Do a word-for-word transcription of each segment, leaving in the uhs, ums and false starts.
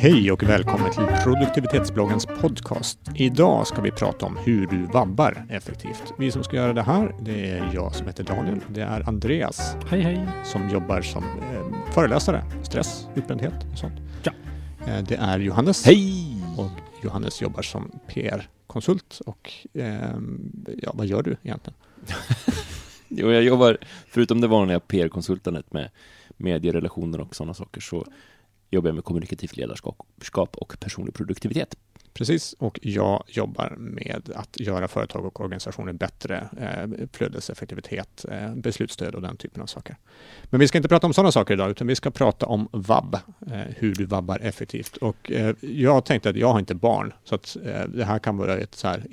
Hej och välkommen till produktivitetsbloggens podcast. Idag ska vi prata om hur du vabbar effektivt. Vi som ska göra det här, det är jag som heter Daniel. Det är Andreas. Hej hej. Som jobbar som eh, föreläsare. Stress, utbrändhet och sånt. Ja. Eh, det är Johannes. Hej! Och Johannes jobbar som P R-konsult. Och eh, ja, vad gör du egentligen? Jo, jag jobbar, förutom det vanliga P R-konsultandet med medierelationer och sådana saker, så jobbar jag med kommunikativt ledarskap och personlig produktivitet. Precis, och jag jobbar med att göra företag och organisationer bättre, eh, flödeseffektivitet, eh, beslutsstöd och den typen av saker. Men vi ska inte prata om sådana saker idag, utan vi ska prata om vabb, eh, hur du vabbar effektivt. Och eh, jag tänkte att jag har inte barn, så att eh, det här kan vara ett så här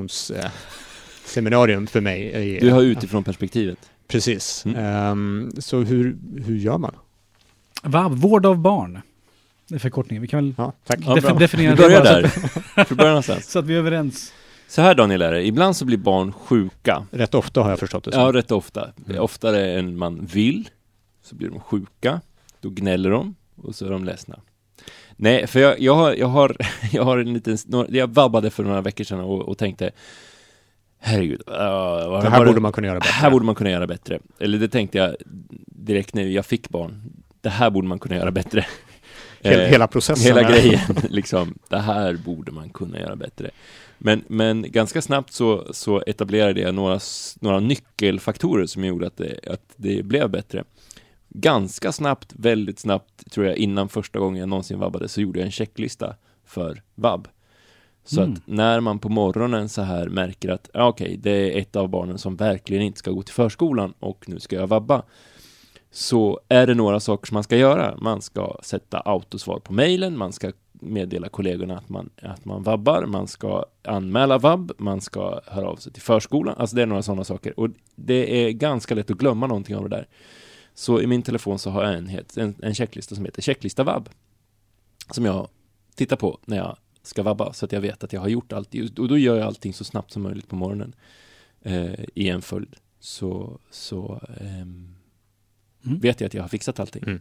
inspirationsseminarium eh, för mig. Du har utifrån perspektivet. Precis. Mm. Um, så hur, hur gör man? Vabb, vård av barn. Det är förkortningen. Vi kan väl ja, tack. Def- Ja, definiera vi börjar det där. För börja någonstans. Så att vi är överens. Så här, Daniel, är det. Ibland så blir barn sjuka. Rätt ofta har jag förstått det så. Ja, rätt ofta. Mm. Oftare än man vill så blir de sjuka. Då gnäller de och så är de ledsna. Nej, för jag, jag, har, jag, har, jag har en liten... Jag vabbade för några veckor sedan och, och tänkte... Herregud. Uh, det här borde det, man kunna göra bättre. här borde man kunna göra bättre. Eller det tänkte jag direkt när jag fick barn. Det här borde man kunna göra bättre. Hela, hela processen. Hela är... grejen. Liksom, det här borde man kunna göra bättre. Men, men ganska snabbt så, så etablerade jag några, några nyckelfaktorer som gjorde att det, att det blev bättre. Ganska snabbt, väldigt snabbt, tror jag, innan första gången jag någonsin vabbade, så gjorde jag en checklista för vabb. Så Mm. att när man på morgonen så här märker att ja, okej, det är ett av barnen som verkligen inte ska gå till förskolan och nu ska jag vabba, så är det några saker som man ska göra. Man ska sätta autosvar på mejlen, man ska meddela kollegorna att man, att man vabbar, man ska anmäla vabb, man ska höra av sig till förskolan. Alltså det är några sådana saker. Och det är ganska lätt att glömma någonting av det där. Så i min telefon så har jag en, en, en checklista som heter checklista vabb, som jag tittar på när jag ska vabba, så att jag vet att jag har gjort allt. Och då gör jag allting så snabbt som möjligt på morgonen eh, i en följd. Så, så ehm, mm. vet jag att jag har fixat allting. Mm.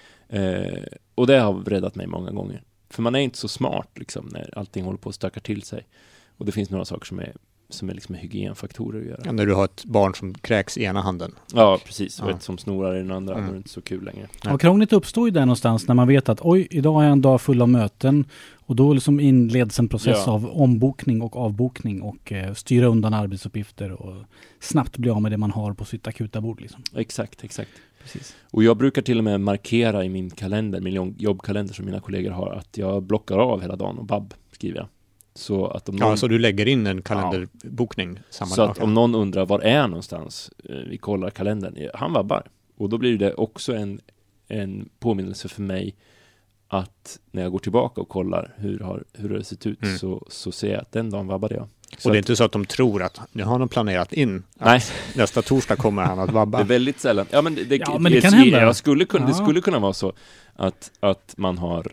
Eh, och det har räddat mig många gånger. För man är inte så smart liksom, när allting håller på att stöka till sig. Och det finns några saker som är, som är liksom hygienfaktorer att göra. Ja, när du har ett barn som kräks i ena handen. Ja, precis. Och ja. ett som snorar i den andra. Mm. Och det är inte så kul längre. Ja, krångligt uppstår ju där någonstans när man vet att oj, idag har jag en dag full av möten. Och då liksom inleds en process ja. av ombokning och avbokning och eh, styra undan arbetsuppgifter och snabbt bli av med det man har på sitt akuta bord. Liksom. Exakt, exakt. Precis. Och jag brukar till och med markera i min kalender, min jobbkalender som mina kollegor har, att jag blockar av hela dagen och vabb skriver jag. Så att om någon... Ja, så du lägger in en kalenderbokning ja. samma Så dag. att om någon undrar var är någonstans, vi kollar kalendern, han vabbar. Och då blir det också en, en påminnelse för mig att när jag går tillbaka och kollar hur har hur har det sett ut, mm. så, så ser jag att den dagen vabbade jag. Så och det är att, inte så att de tror att nu har de planerat in att nej. nästa torsdag kommer han att vabba. Det är väldigt sällan. Ja, men det, det, ja, men det det, kan hända. Jag skulle kunna, ja. Det skulle kunna vara så att, att man har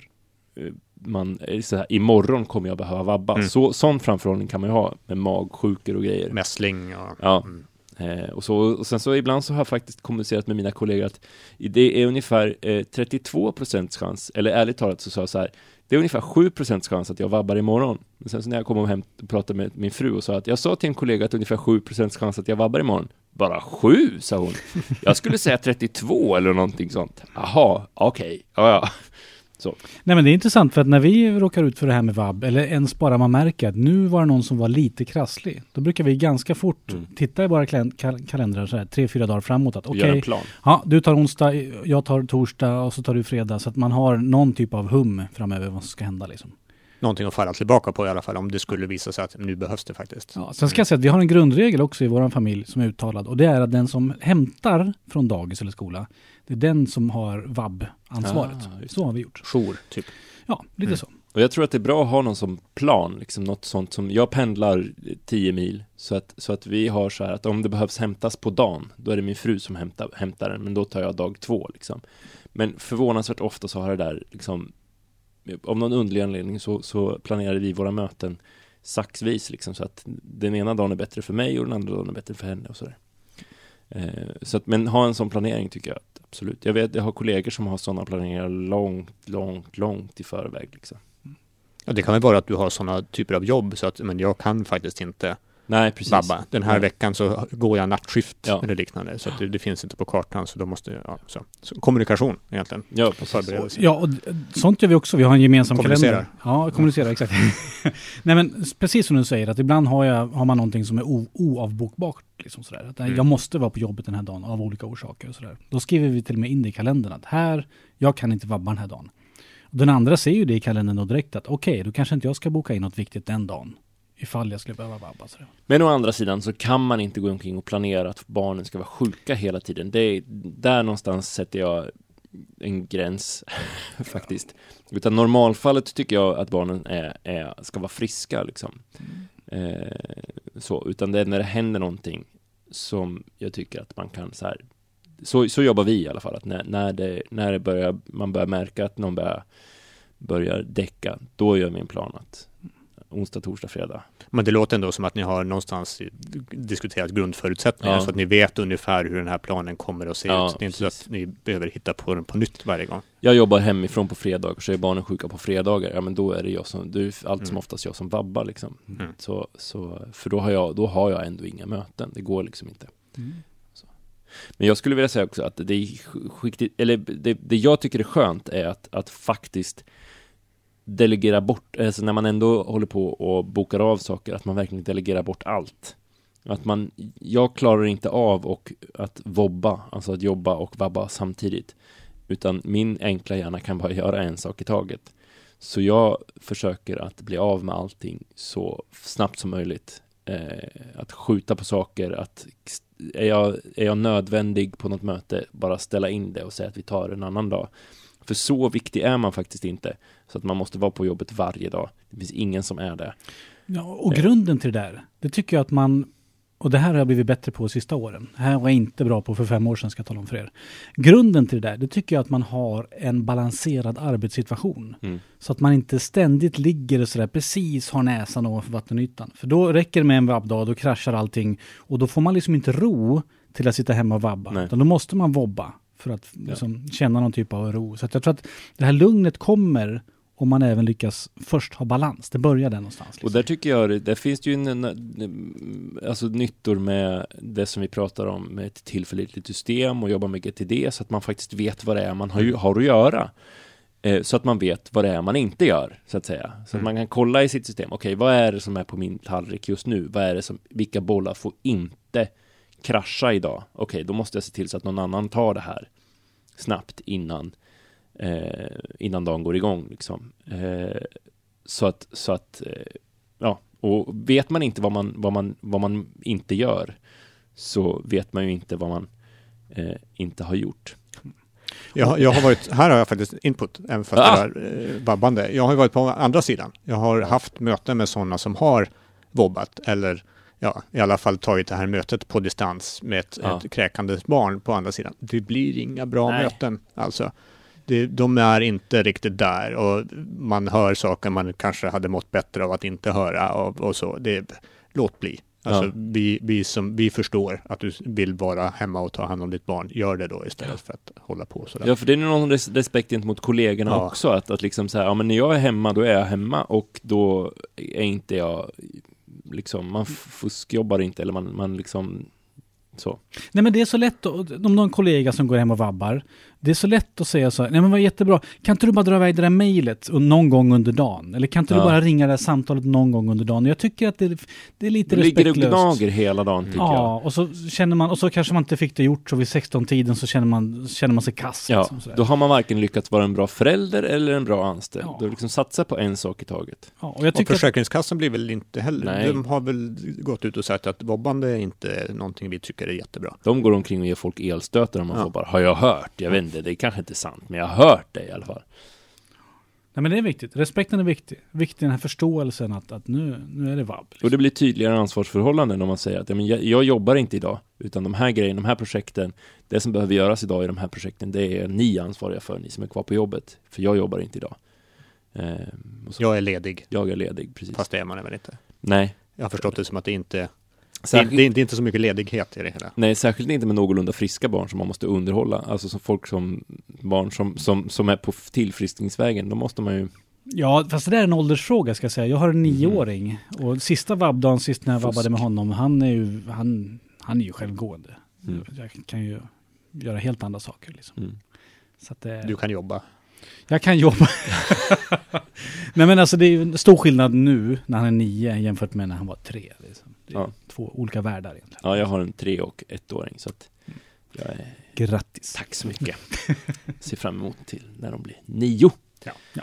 man är så här, imorgon kommer jag behöva vabba. Mm. Så, sån framförhållning kan man ju ha med magsjukor och grejer. Mässling och... Ja. Mm. Eh, och, så, och sen så ibland så har jag faktiskt kommunicerat med mina kollegor att det är ungefär eh, trettiotvå procent chans, eller ärligt talat så sa jag så här, det är ungefär sju procent chans att jag vabbar imorgon. Men sen så när jag kom hem och pratade med min fru och sa att jag sa till en kollega att ungefär sju procent chans att jag vabbar imorgon. Bara sju, sa hon. Jag skulle säga trettiotvå eller någonting sånt. Jaha, okej, okay. ja ja. Så. Nej, men det är intressant för att när vi råkar ut för det här med vabb, eller ens bara man märker att nu var det någon som var lite krasslig, då brukar vi ganska fort mm. titta i våra kal- kal- kalendrar så här, tre, fyra dagar framåt att okej, okay, ja, du tar onsdag, jag tar torsdag och så tar du fredag, så att man har någon typ av hum framöver vad som ska hända liksom. Någonting att falla tillbaka på i alla fall om det skulle visa sig att nu behövs det faktiskt. Ja, sen ska jag säga att vi har en grundregel också i vår familj som är uttalad, och det är att den som hämtar från dagis eller skola, det är den som har vabb-ansvaret. Ah, så har vi gjort. Jour, typ. Ja, lite mm. så. Och jag tror att det är bra att ha någon som plan, liksom något sånt som, jag pendlar tio mil, så att, så att vi har så här att om det behövs hämtas på dagen, då är det min fru som hämtar, hämtar den, men då tar jag dag två liksom. Men förvånansvärt ofta så har det där liksom, av någon underlig anledning så, så planerar vi våra möten saxvis liksom, så att den ena dagen är bättre för mig och den andra dagen är bättre för henne och sådär. Eh, så att, men ha en sån planering tycker jag att, absolut. Jag vet, jag har kollegor som har sådana planeringar långt, långt, långt i förväg liksom. Ja, det kan väl vara att du har sådana typer av jobb så att men jag kan faktiskt inte Nej, precis. vabba. Den här Nej. veckan så går jag nattskift Ja. eller liknande så att det, det finns inte på kartan så då måste ja, så. Så kommunikation egentligen. Ja, Förberedelse. Ja, och sånt gör vi också. Vi har en gemensam Kommunicerar. kalender. Ja, kommunicera, exakt. Nej, men precis som du säger, att ibland har, jag, har man någonting som är o, oavbokbart. Liksom sådär. Att mm. Jag måste vara på jobbet den här dagen av olika orsaker. Och sådär. Då skriver vi till och med in det i kalendern att här, jag kan inte vabba den här dagen. Och den andra ser ju det i kalendern och direkt att okej, okay, då kanske inte jag ska boka in något viktigt den dagen. Ifall jag skulle behöva vabba. Sådär. Men å andra sidan så kan man inte gå omkring och planera att barnen ska vara sjuka hela tiden. Det är, där någonstans sätter jag en gräns faktiskt. Utan normalfallet tycker jag att barnen är, är, ska vara friska liksom. Mm. Eh, så, utan det är när det händer någonting som jag tycker att man kan så här. Så, så jobbar vi i alla fall. Att när, när, det, när det börjar, man börjar märka att någon börjar, börjar däcka, då gör vi en plan att onsdag, torsdag, fredag. Men det låter ändå som att ni har någonstans diskuterat grundförutsättningar ja. Så att ni vet ungefär hur den här planen kommer att se ja, ut. Så det är inte precis. Så att ni behöver hitta på den på nytt varje gång. Jag jobbar hemifrån på fredagar så är barnen sjuka på fredagar. Ja, men då är det jag som, det är allt som mm. oftast jag som vabbar liksom. Mm. Så, så, för då har, jag, då har jag ändå inga möten. Det går liksom inte. Mm. Så. Men jag skulle vilja säga också att det är skickligt, eller det, det jag tycker är skönt är att, att faktiskt delegera bort, alltså när man ändå håller på och bokar av saker, att man verkligen delegerar bort allt. Att man, jag klarar inte av och att vobba, alltså att jobba och vabba samtidigt. Utan min enkla hjärna kan bara göra en sak i taget. Så jag försöker att bli av med allting så snabbt som möjligt. Eh, att skjuta på saker, att är jag, är jag nödvändig på något möte, bara ställa in det och säga att vi tar en annan dag. För så viktig är man faktiskt inte. Så att man måste vara på jobbet varje dag. Det finns ingen som är det. Ja, och grunden till det där, det tycker jag att man, och det här har jag blivit bättre på de sista åren. Det här var jag inte bra på för fem år sedan, ska jag tala om för er. Grunden till det där, det tycker jag att man har en balanserad arbetssituation. Mm. Så att man inte ständigt ligger och sådär precis har näsan ovanför vattenytan. För då räcker det med en vabbdag, då kraschar allting. Och då får man liksom inte ro till att sitta hemma och vabba. Utan då måste man vobba. För att liksom, ja. känna någon typ av ro. Så att jag tror att det här lugnet kommer om man även lyckas först ha balans. Det börjar där någonstans. Liksom. Och där tycker jag, där finns det ju en, en, alltså nyttor med det som vi pratar om med ett tillförlitligt system och jobba med G T D så att man faktiskt vet vad det är man har, har att göra. Eh, så att man vet vad det är man inte gör, så att säga. Så mm. att man kan kolla i sitt system. Okej, okay, vad är det som är på min tallrik just nu? Vad är det som, vilka bollar får inte krascha idag? Okej, okay, då måste jag se till så att någon annan tar det här snabbt innan eh, innan dagen går igång liksom. Eh, så att, så att eh, ja, och vet man inte vad man, vad man, vad man inte gör så vet man ju inte vad man eh, inte har gjort. Jag, jag har varit, här har jag faktiskt input, även fast ah. det är eh, vabbande. Jag har varit på andra sidan. Jag har haft möten med sådana som har vobbat eller ja, i alla fall tagit det här mötet på distans med ett, ja. ett kräkande barn på andra sidan. Det blir inga bra Nej. möten. Alltså, det, de är inte riktigt där och man hör saker man kanske hade mått bättre av att inte höra och, och så. Det, låt bli. Alltså, ja. vi, vi, som, vi förstår att du vill vara hemma och ta hand om ditt barn. Gör det då istället ja. för att hålla på sådär. Ja, för det är någon res- respekt gentemot kollegorna ja. också. Att, att liksom så här, ja men när jag är hemma, då är jag hemma och då är inte jag liksom, man fuskjobbar inte eller man, man liksom så. Nej men det är så lätt att, om någon kollega som går hem och vabbar, det är så lätt att säga så här, nej men vad jättebra, kan inte du bara dra iväg det där mejlet någon gång under dagen? Eller kan inte ja. du bara ringa det här samtalet någon gång under dagen? Jag tycker att det, det är lite det respektlöst. Ligger och gnager hela dagen tycker ja, jag. Ja, och så känner man, och så kanske man inte fick det gjort så vid sexton-tiden så känner man, känner man sig kass. Ja, liksom, då har man varken lyckats vara en bra förälder eller en bra anställd. Ja. Du har liksom satsat på en sak i taget. Ja, och jag tycker och Försäkringskassan att... blir väl inte heller, nej. De har väl gått ut och sagt att vobbande är inte någonting vi tycker är jättebra. De går omkring och ger folk elstötar om man ja. får bara, har jag hört? Jag vet inte, det är kanske inte sant, men jag har hört det i alla fall. Nej men det är viktigt, respekten är viktig. Viktig den här förståelsen att, att nu, nu är det vabb. Liksom. Och det blir tydligare ansvarsförhållanden om man säger att ja, men jag, jag jobbar inte idag, utan de här grejerna, de här projekten, det som behöver göras idag i de här projekten, det är ni ansvariga för, ni som är kvar på jobbet. För jag jobbar inte idag. Ehm, jag är ledig. Jag är ledig, precis. Fast det är man väl inte? Nej. Jag har förstått det som att det inte Särskilt, det, är, det är inte så mycket ledighet i det hela. Nej, särskilt inte med någorlunda friska barn som man måste underhålla. Alltså som folk som barn som, som, som är på tillfriskningsvägen, då måste man ju... Ja, fast det där är en åldersfråga ska jag säga. Jag har en nioåring mm. och sista vabbdagen, sist när jag Fusk. vabbade med honom, han är ju, han, han är ju självgående. Mm. Jag kan ju göra helt andra saker liksom. Mm. Så att, eh, du kan jobba. Jag kan jobba. Nej men alltså det är ju en stor skillnad nu när han är nio jämfört med när han var tre. Liksom. Det är ja. två olika världar egentligen. Ja, jag har en tre- och ettåring så att jag är... Grattis. Tack så mycket. Ser fram emot till när de blir nio. Ja. Ja.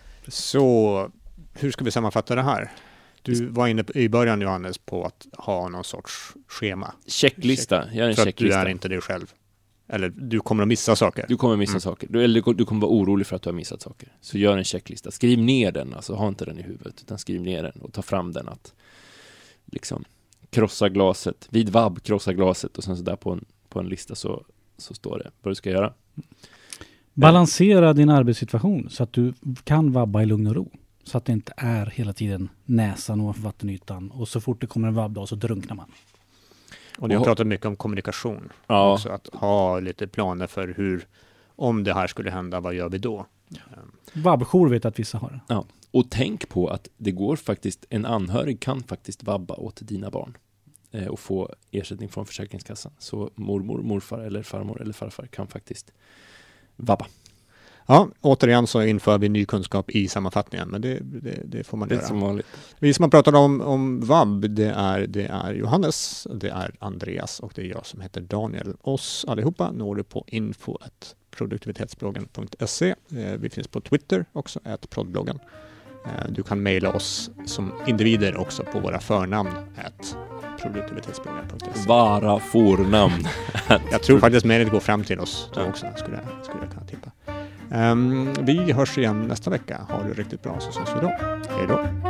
Så hur ska vi sammanfatta det här? Du var inne i början, Johannes, på att ha någon sorts schema. Checklista. Jag är en för checklista. Att du är inte dig själv. Eller du kommer att missa saker. Du kommer att missa mm. saker. Du, eller du kommer vara orolig för att du har missat saker. Så gör en checklista. Skriv ner den. Alltså ha inte den i huvudet. Utan skriv ner den och ta fram den. Att liksom krossa glaset. Vid vabb, krossa glaset. Och sen så där på en, på en lista så, så står det vad du ska göra. Balansera din arbetssituation så att du kan vabba i lugn och ro. Så att det inte är hela tiden näsan ovanför vattenytan. Och så fort det kommer en vabbdag så drunknar man. Och ni har pratat mycket om kommunikation. Ja. Också att ha lite planer för hur, om det här skulle hända, vad gör vi då? Vabbjour vet att vissa har det. Ja. Och tänk på att det går faktiskt, en anhörig kan faktiskt vabba åt dina barn. Eh, och få ersättning från Försäkringskassan. Så mormor, morfar eller farmor eller farfar kan faktiskt vabba. Ja, återigen så inför vi ny kunskap i sammanfattningen, men det, det, det får man det göra. Som vanligt. Vi som har pratat om, om vabb, det är, det är Johannes, det är Andreas och det är jag som heter Daniel. Oss allihopa når du på info at produktivitetsbloggen punkt se. Vi finns på Twitter också, at proddbloggen. Du kan mejla oss som individer också på våra förnamn, at produktivitetsbloggen punkt se. Vara förnamn. Jag tror faktiskt mejlet går fram till oss då också, skulle jag, skulle jag kunna tippa. Um, vi hörs igen nästa vecka. Ha det riktigt bra så ses vi då. Hej då.